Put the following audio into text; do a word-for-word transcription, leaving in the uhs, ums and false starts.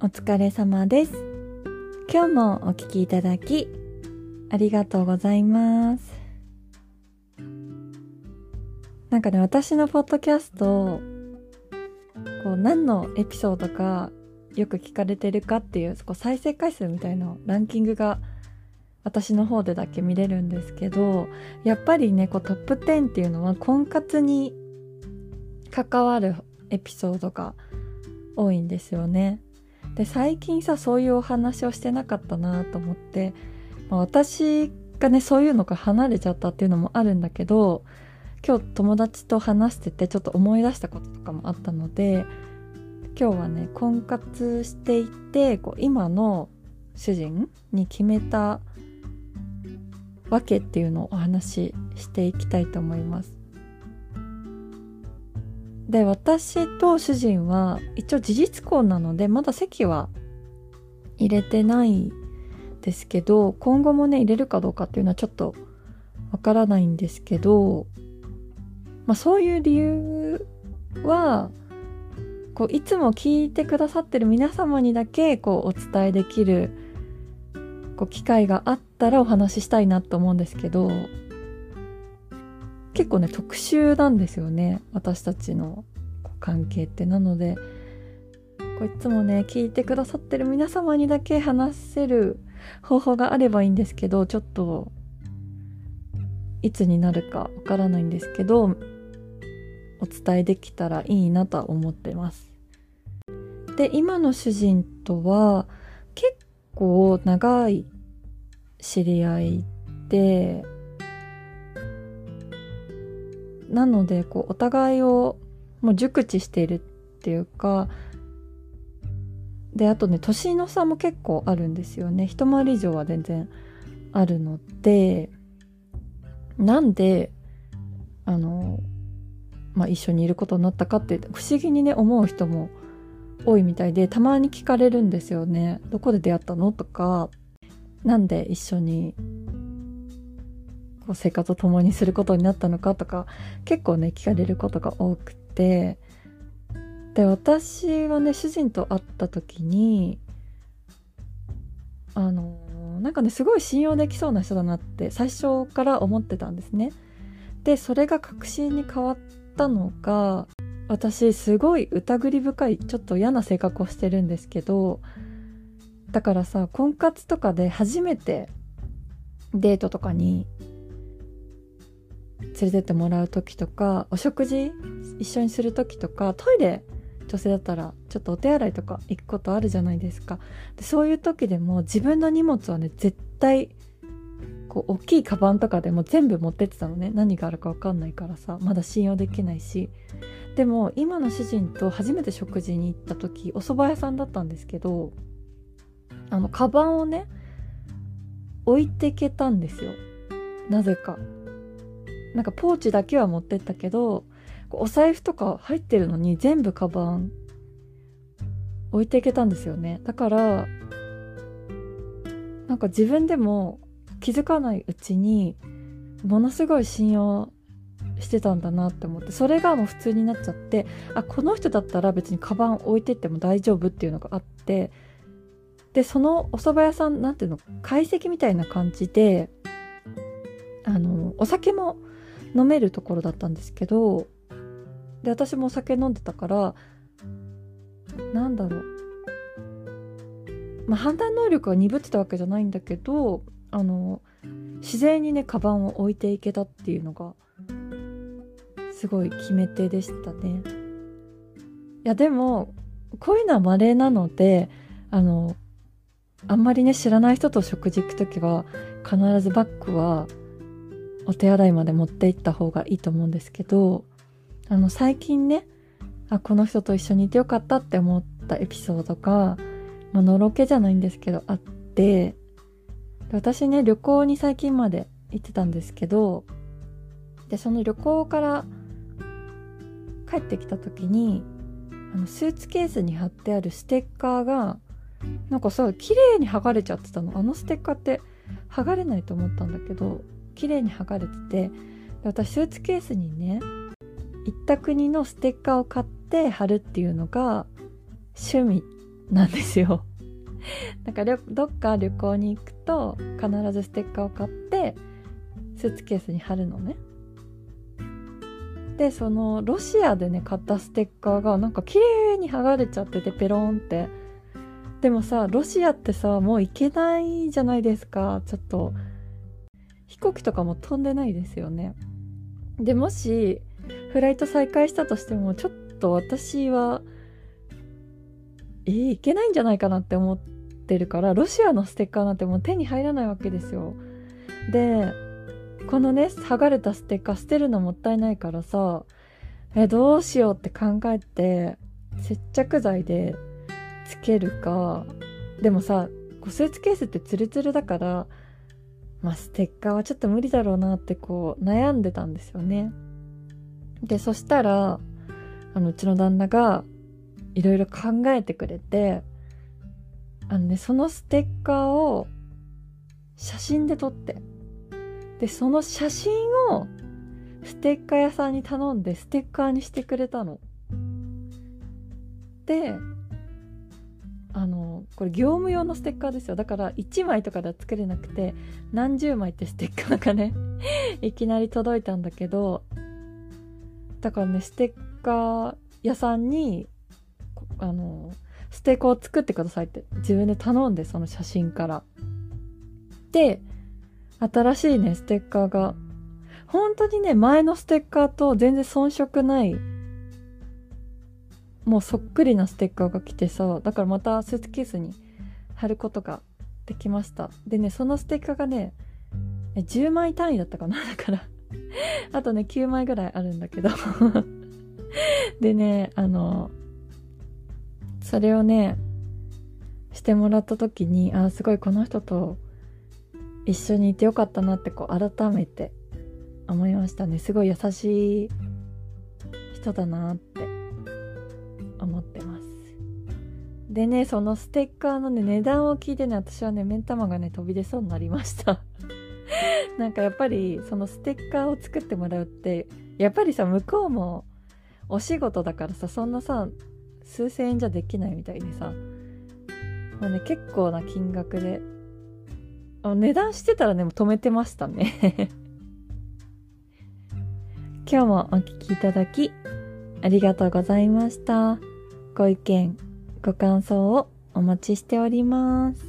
疲れ様です。今日もお聞きいただきありがとうございます。なんかね、私のポッドキャストこう何のエピソードかよく聞かれてるかっていうこう再生回数みたいなランキングが私の方でだけ見れるんですけど、やっぱりねこうトップじゅうっていうのは婚活に関わるエピソードが多いんですよね。で最近さそういうお話をしてなかったなと思って、まあ、私がねそういうのが離れちゃったっていうのもあるんだけど、今日友達と話しててちょっと思い出したこととかもあったので、今日はね婚活していてこう今の主人に決めたわけっていうのをお話ししていきたいと思います。で私と主人は一応事実婚なのでまだ籍は入れてないですけど、今後もね入れるかどうかっていうのはちょっとわからないんですけど、まあ、そういう理由はこういつも聞いてくださってる皆様にだけこうお伝えできるこう機会があったらお話ししたいなと思うんですけど、結構ね特殊なんですよね、私たちの関係って。なのでこういつもね聞いてくださってる皆様にだけ話せる方法があればいいんですけど、ちょっといつになるかわからないんですけどお伝えできたらいいなとは思ってます。で今の主人とは結構長い知り合いで、なのでこうお互いをもう熟知しているっていうか、であとね年の差も結構あるんですよね。一回り以上は全然あるので、なんであの、まあ、一緒にいることになったかって不思議にね思う人も多いみたいで、たまに聞かれるんですよね。どこで出会ったのとか、なんで一緒にこう生活を共にすることになったのかとか結構ね聞かれることが多くて、で私はね主人と会った時にあのなんかねすごい信用できそうな人だなって最初から思ってたんですね。でそれが確信に変わったのが、私すごい疑り深いちょっと嫌な性格をしてるんですけど、だからさ婚活とかで初めてデートとかに連れてってもらう時とか、お食事一緒にする時とか、トイレ女性だったらちょっとお手洗いとか行くことあるじゃないですか。でそういう時でも自分の荷物はね絶対こう大きいカバンとかでも全部持ってってたのね。何があるか分かんないからさ、まだ信用できないし。でも今の主人と初めて食事に行った時お蕎麦屋さんだったんですけど、あのカバンをね置いてけたんですよ。なぜかなんかポーチだけは持ってったけどお財布とか入ってるのに全部カバン置いていけたんですよね。だからなんか自分でも気づかないうちにものすごい信用してたんだなって思って、それがもう普通になっちゃって、あこの人だったら別にカバン置いてっても大丈夫っていうのがあって、でそのお蕎麦屋さんなんていうの懐石みたいな感じであのお酒も飲めるところだったんですけど、で私もお酒飲んでたからなんだろう、まあ、判断能力が鈍ってたわけじゃないんだけど、あの自然にねカバンを置いていけたっていうのがすごい決め手でしたね。いやでもこういうのは稀なので、あのあんまりね知らない人と食事行くときは必ずバッグはお手洗いまで持って行った方がいいと思うんですけど、あの最近ねあこの人と一緒にいてよかったって思ったエピソードが、まあのろけじゃないんですけどあって、私ね旅行に最近まで行ってたんですけど、でその旅行から帰ってきた時にあのスーツケースに貼ってあるステッカーがなんかさ綺麗に剥がれちゃってたの。あのステッカーって剥がれないと思ったんだけど綺麗に剥がれてて、で私スーツケースにね行った国のステッカーを買って貼るっていうのが趣味なんですよ。なんかどっか旅行に行くと必ずステッカーを買ってスーツケースに貼るのね。でそのロシアでね買ったステッカーがなんか綺麗に剥がれちゃってて、ペロンって。でもさ、ロシアってさもう行けないじゃないですか。ちょっと飛行機とかも飛んでないですよね。でもしフライト再開したとしてもちょっと私はえー、行けないんじゃないかなって思ってるから、ロシアのステッカーなんてもう手に入らないわけですよ。でこのね剥がれたステッカー捨てるのもったいないからさ、えどうしようって考えて、接着剤でつけるか、でもさスーツケースってツルツルだから、まあステッカーはちょっと無理だろうなってこう悩んでたんですよね。でそしたらあのうちの旦那がいろいろ考えてくれて、あのねそのステッカーを写真で撮って、でその写真をステッカー屋さんに頼んでステッカーにしてくれたの。であのこれ業務用のステッカーですよ。だからいちまいとかでは作れなくて何十枚ってステッカーがねいきなり届いたんだけど、だからねステッカー屋さんにあのステッカーを作ってくださいって自分で頼んで、その写真からで新しいねステッカーが本当にね前のステッカーと全然遜色ないもうそっくりなステッカーが来てさ、だからまたスーツケースに貼ることができました。でねそのステッカーがねじゅうまい単位だったかな、だからあとねきゅうまいぐらいあるんだけどでねあのそれをねしてもらった時に、あすごいこの人と一緒にいてよかったなってこう改めて思いましたね。すごい優しい人だなって思ってます。でねそのステッカーのね値段を聞いてね、私はね目ん玉がね飛び出そうになりましたなんかやっぱりそのステッカーを作ってもらうってやっぱりさ向こうもお仕事だからさ、そんなさ数千円じゃできないみたいでさ、まあね、結構な金額であ値段してたらねもう止めてましたね今日もお聞きいただきありがとうございました。ご意見ご感想をお待ちしております。